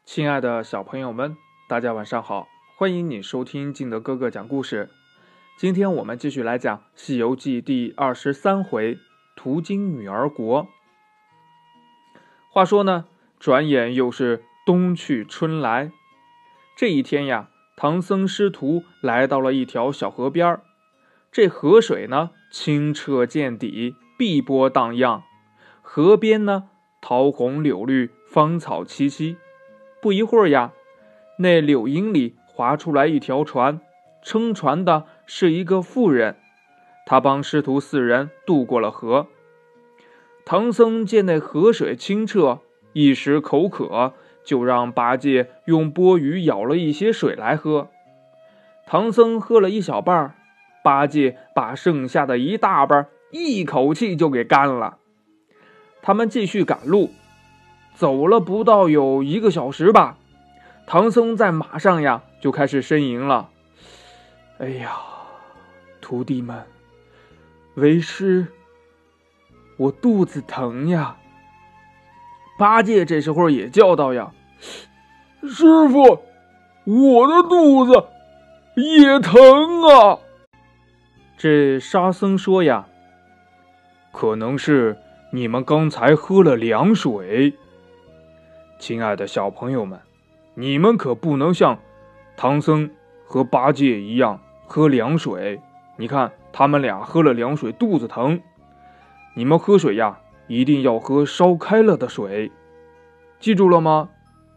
亲爱的小朋友们，大家晚上好，欢迎你收听金德哥哥讲故事。今天我们继续来讲《西游记》第23回途经女儿国。话说呢，转眼又是冬去春来。这一天呀，唐僧师徒来到了一条小河边。这河水呢，清澈见底，碧波荡漾。河边呢，桃红柳绿，芳草萋萋。不一会儿呀，那柳荫里划出来一条船，撑船的是一个妇人，她帮师徒4人渡过了河。唐僧见那河水清澈，一时口渴，就让八戒用钵盂舀了一些水来喝。唐僧喝了一小半，八戒把剩下的一大半一口气就给干了。他们继续赶路，走了不到有1个小时吧，唐僧在马上呀就开始呻吟了。哎呀，徒弟们，为师，我肚子疼呀。八戒这时候也叫道呀，师傅，我的肚子也疼啊。这沙僧说呀，可能是你们刚才喝了凉水。亲爱的小朋友们，你们可不能像唐僧和八戒一样喝凉水。你看他们俩喝了凉水肚子疼，你们喝水呀一定要喝烧开了的水，记住了吗？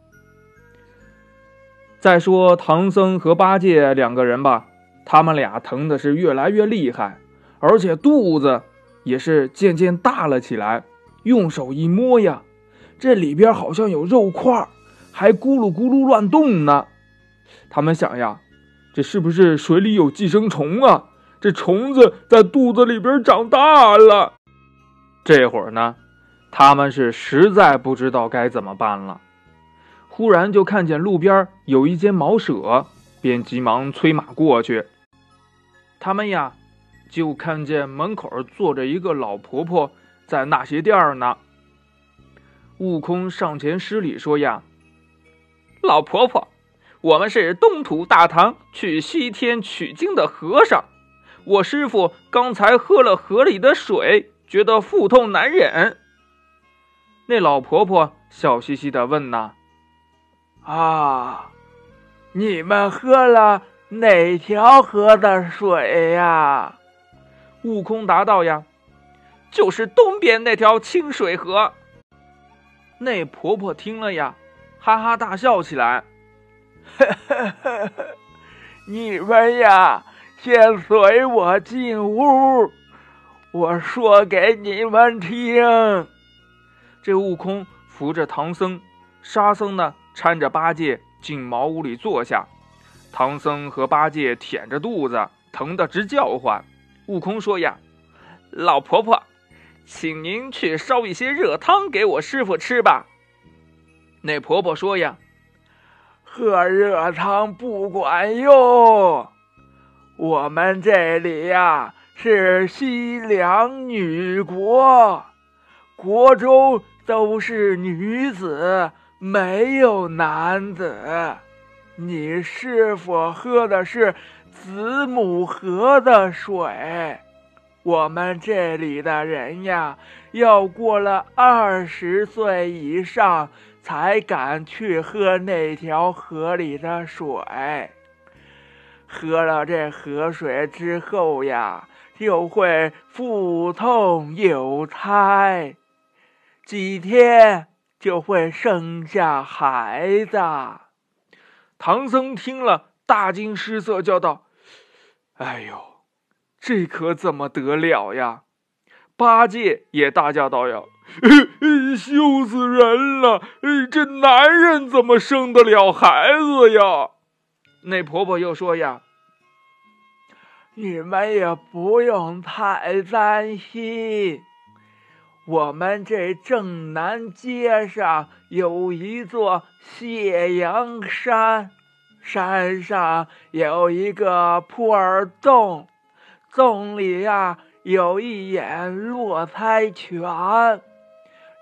再说唐僧和八戒2个人吧，他们俩疼的是越来越厉害，而且肚子也是渐渐大了起来。用手一摸呀，这里边好像有肉块，还咕噜咕噜乱动呢。他们想呀，这是不是水里有寄生虫啊？这虫子在肚子里边长大了。这会儿呢，他们是实在不知道该怎么办了。忽然就看见路边有一间茅舍，便急忙催马过去。他们呀，就看见门口坐着一个老婆婆在纳鞋垫呢。悟空上前施礼说呀，老婆婆，我们是东土大唐去西天取经的和尚，我师父刚才喝了河里的水，觉得腹痛难忍。那老婆婆笑嘻嘻地问呐， 你们喝了哪条河的水呀？ 悟空答道呀，就是东边那条清水河。那婆婆听了呀，哈哈大笑起来。 你们呀，先随我进屋，我说给你们听。 这悟空扶着唐僧，沙僧呢搀着八戒进茅屋里坐下。唐僧和八戒舔着肚子，疼得直叫唤。悟空说呀，老婆婆，请您去烧一些热汤给我师父吃吧。那婆婆说呀， 喝热汤不管用，我们这里呀是西凉女国，国中都是女子，没有男子。你师父喝的是子母河的水，我们这里的人呀，要过了20岁以上才敢去喝那条河里的水。喝了这河水之后呀，就会腹痛有胎，几天就会生下孩子。 唐僧听了大惊失色，叫道，哎呦，这可怎么得了呀？八戒也大叫道呀，羞死人了，这男人怎么生得了孩子呀？那婆婆又说呀， 你们也不用太担心，我们这正南街上有一座谢阳山，山上有一个破儿洞，洞里呀有一眼落胎泉，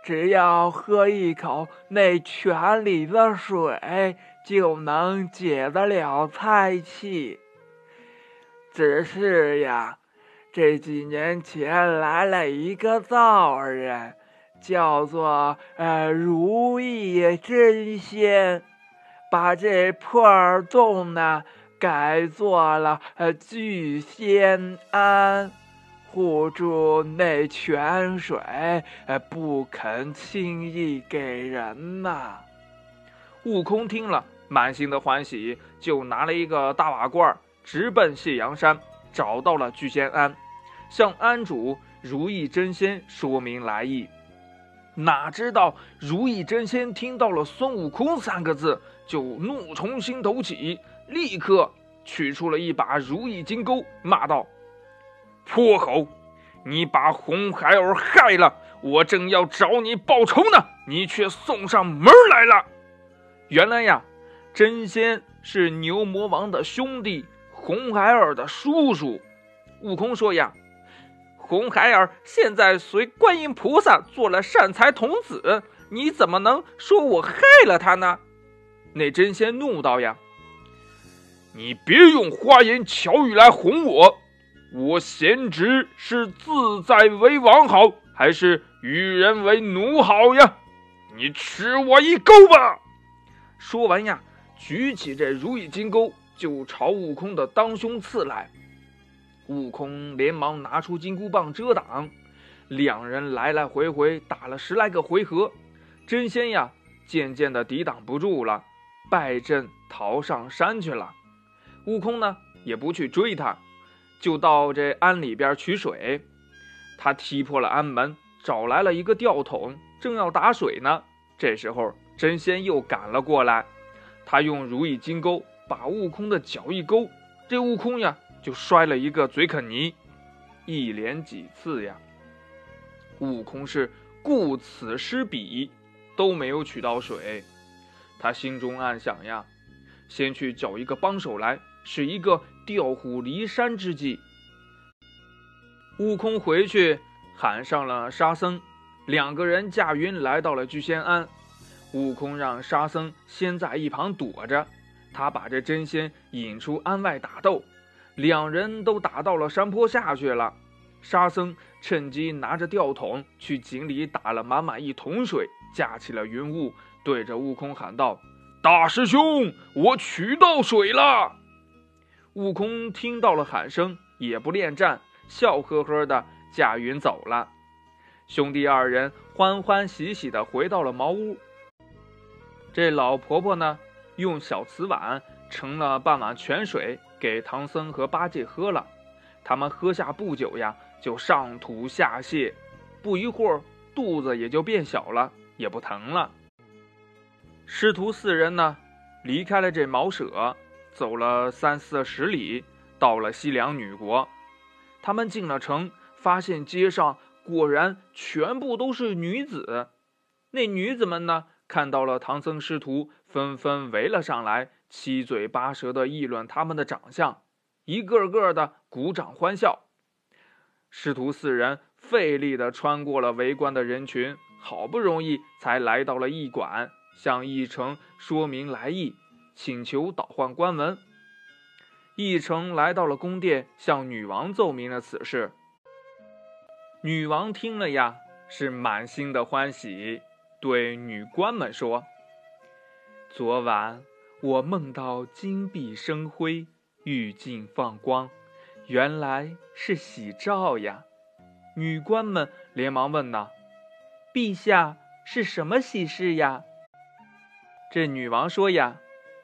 只要喝一口那泉里的水，就能解得了猜气。只是呀，这几年前来了一个道人，叫做如意真仙，把这破洞呢改做了聚仙庵，护住那泉水，不肯轻易给人呐。 悟空听了，满心的欢喜，就拿了一个大瓦罐，直奔谢阳山，找到了聚仙庵，向庵主如意真仙说明来意。哪知道如意真仙听到了孙悟空3个字，就怒从心头起，立刻取出了一把如意金钩，骂道：泼猴，你把红孩儿害了，我正要找你报仇呢，你却送上门来了。原来呀，真仙是牛魔王的兄弟，红孩儿的叔叔。悟空说呀，红孩儿现在随观音菩萨做了善财童子，你怎么能说我害了他呢？那真仙怒道呀，你别用花言巧语来哄我，我贤侄是自在为王好，还是与人为奴好呀？你吃我一钩吧！说完呀，举起这如意金钩，就朝悟空的当胸刺来。悟空连忙拿出金箍棒遮挡，两人来来回回打了10来个回合，真仙呀渐渐的抵挡不住了，败阵逃上山去了。悟空呢也不去追他，就到这庵里边取水。他踢破了庵门，找来了一个吊桶，正要打水呢。这时候真仙又赶了过来，他用如意金钩把悟空的脚一勾，这悟空呀就摔了一个嘴啃泥。一连几次呀，悟空是顾此失彼，都没有取到水。他心中暗想呀，先去找一个帮手来，使一个调虎离山之计。悟空回去喊上了沙僧，2个人驾云来到了聚仙庵。悟空让沙僧先在一旁躲着，他把这真仙引出庵外打斗，2人都打到了山坡下去了。沙僧趁机拿着吊桶去井里打了满满1桶水，架起了云雾，对着悟空喊道：大师兄，我取到水了。悟空听到了喊声，也不恋战，笑呵呵的驾云走了。兄弟2人欢欢喜喜的回到了茅屋。这老婆婆呢，用小瓷碗盛了半碗泉水给唐僧和八戒喝了。他们喝下不久呀，就上吐下泻，不一会儿肚子也就变小了，也不疼了。师徒4人呢，离开了这茅舍，走了30-40里，到了西凉女国。他们进了城，发现街上果然全部都是女子。那女子们呢，看到了唐僧师徒，纷纷围了上来，七嘴八舌的议论他们的长相，一个个的鼓掌欢笑。师徒4人费力地穿过了围观的人群，好不容易才来到了驿馆，向驿丞说明来意，请求倒换官文。驿丞来到了宫殿，向女王奏明了此事。女王听了呀，是满心的欢喜，对女官们说：昨晚我梦到金碧生辉，玉镜放光，原来是喜兆呀。女官们连忙问呐：陛下是什么喜事呀？这女王说呀：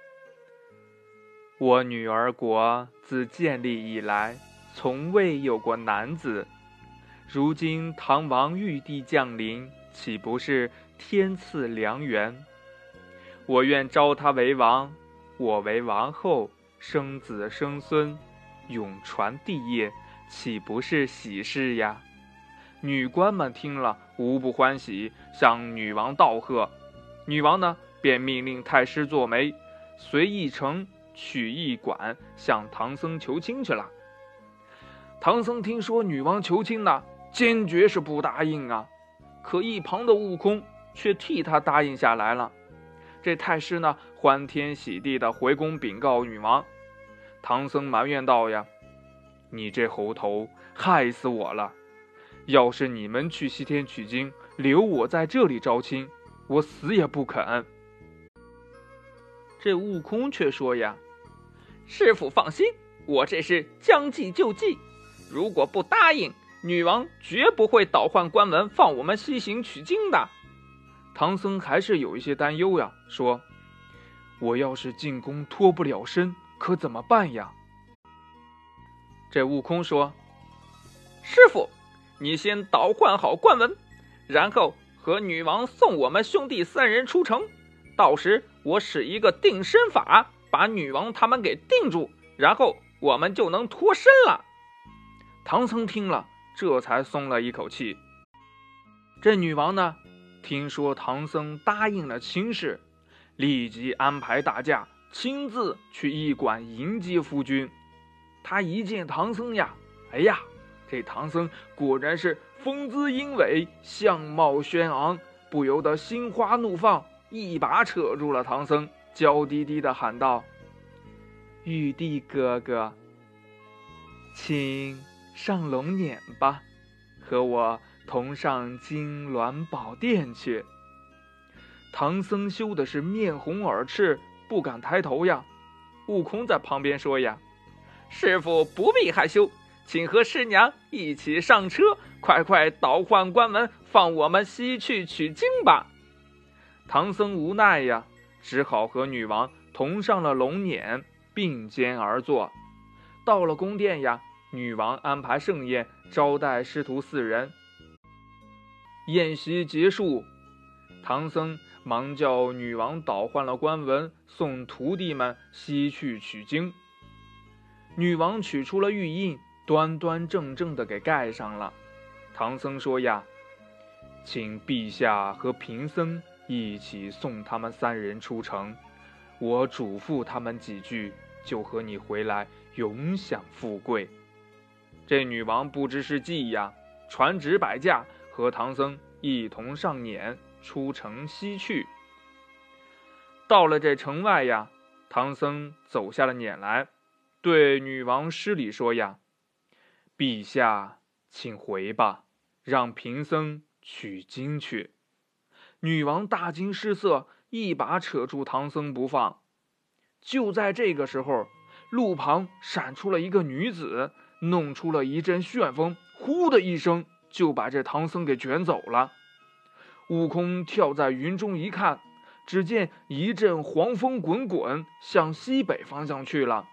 我女儿国自建立以来，从未有过男子，如今唐王玉帝降临，岂不是天赐良缘？我愿招他为王，我为王后，生子生孙，永传帝业，岂不是喜事呀？女官们听了无不欢喜，向女王道贺。女王呢，便命令太师做媒，随驿丞去驿馆向唐僧求亲去了。唐僧听说女王求亲呢，坚决是不答应啊。 可一旁的悟空却替他答应下来了。这太师呢，欢天喜地的回宫禀告女王。唐僧埋怨道呀：“你这猴头害死我了！要是你们去西天取经，留我在这里招亲，我死也不肯。”这悟空却说呀：“师父放心，我这是将计就计，如果不答应，女王绝不会倒换官文放我们西行取经的。”唐僧还是有一些担忧呀，说：“我要是进宫脱不了身，可怎么办呀？”这悟空说：“师父，你先倒换好官文，然后和女王送我们兄弟3人出城，到时我使一个定身法，把女王他们给定住，然后我们就能脱身了。”唐僧听了，这才松了一口气。这女王呢，听说唐僧答应了亲事，立即安排大驾，亲自去驿馆迎接夫君。他一见唐僧呀，哎呀，这唐僧果然是风姿英伟，相貌轩昂，不由得心花怒放，一把扯住了唐僧，娇滴滴地喊道：“玉帝哥哥，请上龙辇吧，和我同上金銮宝殿去。”唐僧羞的是面红耳赤，不敢抬头呀。悟空在旁边说呀：“师父不必害羞，请和师娘一起上车，快快倒换官文，放我们西去取经吧。”唐僧无奈呀，只好和女王同上了龙辇，并肩而坐。到了宫殿呀，女王安排盛宴，招待师徒4人。宴席结束，唐僧忙叫女王倒换了官文，送徒弟们西去取经。女王取出了玉印，端端正正的给盖上了。唐僧说呀：“请陛下和贫僧一起送他们3人出城，我嘱咐他们几句，就和你回来永享富贵。”这女王不知是计呀，传旨摆驾，和唐僧一同上辇出城西去。到了这城外呀，唐僧走下了辇来，对女王施礼说呀：“陛下请回吧，让贫僧取经去。”女王大惊失色，一把扯住唐僧不放。就在这个时候，路旁闪出了一个女子，弄出了一阵旋风，呼的一声就把这唐僧给卷走了。悟空跳在云中一看，只见一阵黄风滚滚，向西北方向去了。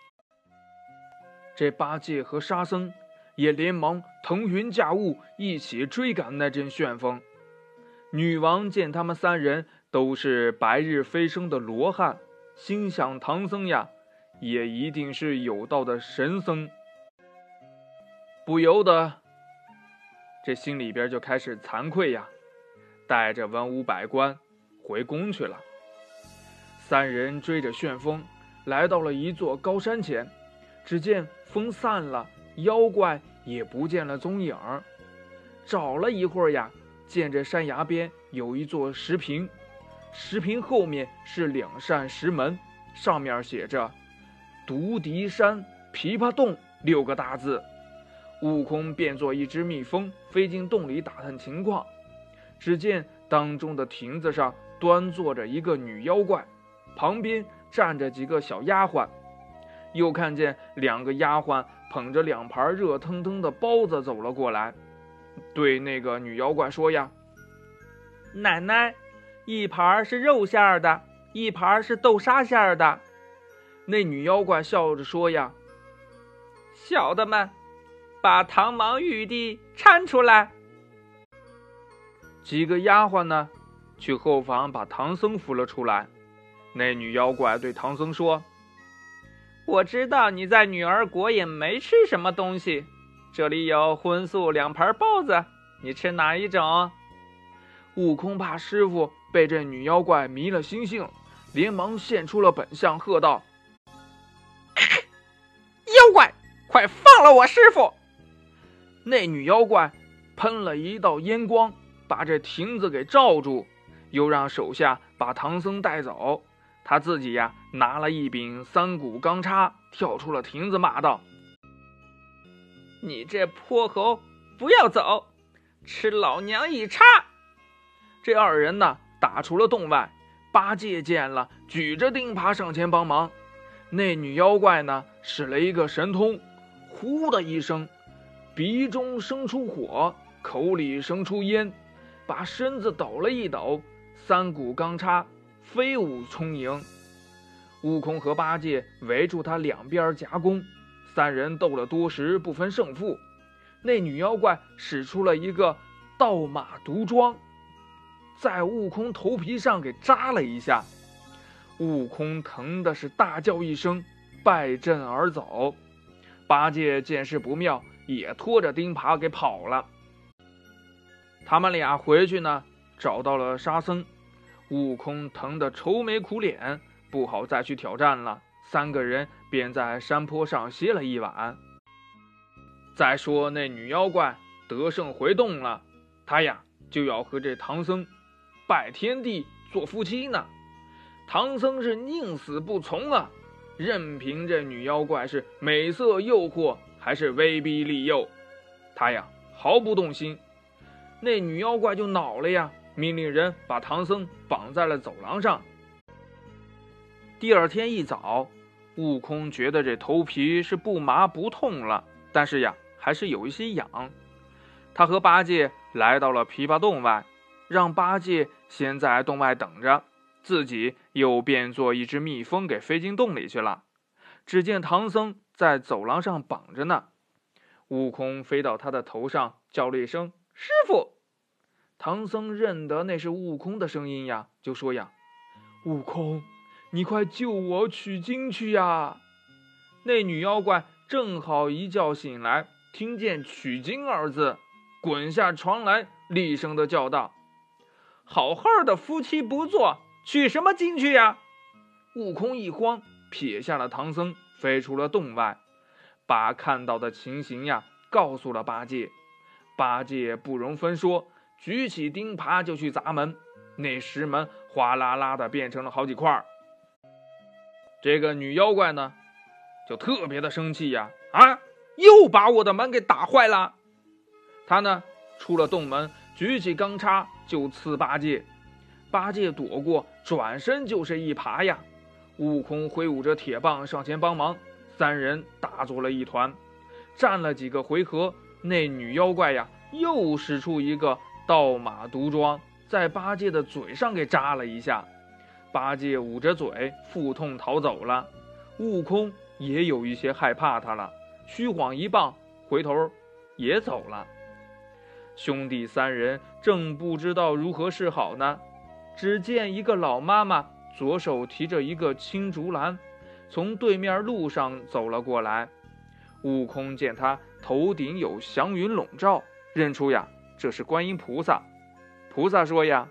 这八戒和沙僧也连忙腾云驾雾，一起追赶那阵旋风。女王见他们3人都是白日飞升的罗汉，心想唐僧呀，也一定是有道的神僧，不由得这心里边就开始惭愧呀，带着文武百官回宫去了。3人追着旋风来到了一座高山前，只见风散了，妖怪也不见了踪影。找了一会儿呀，见这山崖边有一座石屏，石屏后面是2扇石门，上面写着“独敌山琵琶洞”6个大字。悟空变作一只蜜蜂，飞进洞里打探情况。只见当中的亭子上端坐着一个女妖怪，旁边站着几个小丫鬟，又看见2个丫鬟捧着2盘热腾腾的包子走了过来，对那个女妖怪说呀：“奶奶，一盘是肉馅的，一盘是豆沙馅的。”那女妖怪笑着说呀：“小的们，把唐王玉帝搀出来。”几个丫鬟呢，去后房把唐僧扶了出来。那女妖怪对唐僧说：“我知道你在女儿国也没吃什么东西，这里有荤素2盘包子，你吃哪一种？”悟空怕师傅被这女妖怪迷了心性，连忙现出了本相，喝道：“妖怪，快放了我师傅！”那女妖怪喷了一道烟光， 把这亭子给罩住，又让手下把唐僧带走。他自己呀，拿了一柄三股钢叉，跳出了亭子，骂道：“你这泼猴，不要走，吃老娘一叉！”这二人呢，打出了洞外。八戒见了，举着钉耙上前帮忙。那女妖怪呢，使了一个神通，呼的一声，鼻中生出火，口里生出烟，把身子抖了一抖，三股钢叉飞舞充盈。悟空和八戒围住他两边夹攻，三人斗了多时不分胜负。那女妖怪使出了一个倒马毒桩，在悟空头皮上给扎了一下。悟空疼的是大叫一声，败阵而走。八戒见势不妙，也拖着钉耙给跑了。他们俩回去呢，找到了沙僧。悟空疼得愁眉苦脸，不好再去挑战了。三个人便在山坡上歇了一晚。再说那女妖怪得胜回洞了，她呀就要和这唐僧拜天地做夫妻呢。唐僧是宁死不从啊，任凭这女妖怪是美色诱惑，还是威逼利诱，他呀毫不动心。那女妖怪就恼了呀，命令人把唐僧绑在了走廊上。第二天一早，悟空觉得这头皮是不麻不痛了，但是呀还是有一些痒。他和八戒来到了琵琶洞外，让八戒先在洞外等着，自己又变作一只蜜蜂给飞进洞里去了。只见唐僧在走廊上绑着呢，悟空飞到他的头上，叫了一声师傅。唐僧认得那是悟空的声音呀，就说呀：悟空，你快救我取经去呀！那女妖怪正好一觉醒来，听见取经二字，滚下床来，厉声的叫道：好好的夫妻不做，取什么经去呀？悟空一慌，撇下了唐僧，飞出了洞外，把看到的情形呀告诉了八戒。八戒不容分说，举起钉耙就去砸门。那石门哗啦啦的变成了好几块。这个女妖怪呢就特别的生气呀，又把我的门给打坏了。她呢出了洞门，举起钢叉就刺八戒。八戒躲过，转身就是一耙呀。悟空挥舞着铁棒上前帮忙，三人打作了一团。战了几个回合，那女妖怪呀又使出一个倒马毒桩，在八戒的嘴上给扎了一下。八戒捂着嘴腹痛逃走了。悟空也有一些害怕他了，虚晃一棒，回头也走了。兄弟三人正不知道如何是好呢，只见一个老妈妈左手提着一个青竹篮，从对面路上走了过来。悟空见他头顶有祥云笼罩，认出呀这是观音菩萨。菩萨说呀：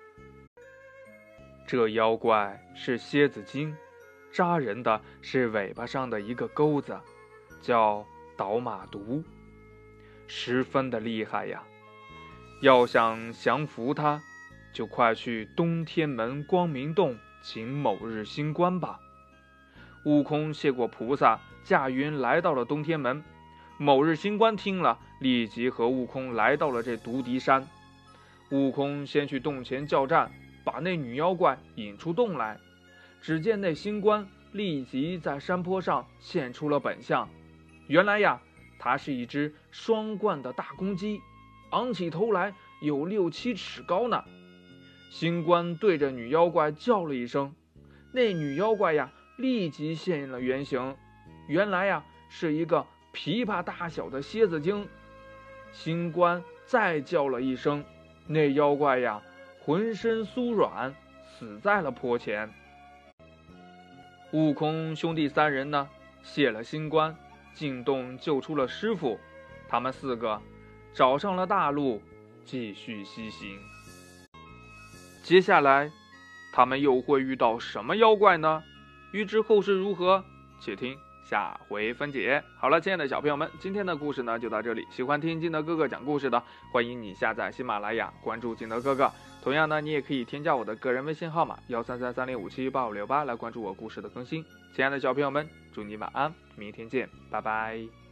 这妖怪是蝎子精，扎人的是尾巴上的一个钩子，叫倒马毒，十分的厉害呀。要想降服他，就快去东天门光明洞请某日星官吧。悟空谢过菩萨，驾云来到了东天门。某日星官听了，立即和悟空来到了这独敌山。悟空先去洞前叫战，把那女妖怪引出洞来。只见那星官立即在山坡上现出了本相。原来呀，它是一只双冠的大公鸡，昂起头来有6、7尺高呢。星官对着女妖怪叫了一声，那女妖怪呀立即现了原形。原来呀是一个琵琶大小的蝎子精。星官再叫了一声，那妖怪呀浑身酥软，死在了坡前。悟空兄弟三人呢谢了星官，进洞救出了师傅。他们4个找上了大路，继续西行。接下来他们又会遇到什么妖怪呢？欲知后事如何，且听下回分解。好了，亲爱的小朋友们，今天的故事呢就到这里。喜欢听金德哥哥讲故事的，欢迎你下载喜马拉雅，关注金德哥哥。同样呢，你也可以添加我的个人微信号码13330578568来关注我故事的更新。亲爱的小朋友们，祝你晚安，明天见，拜拜。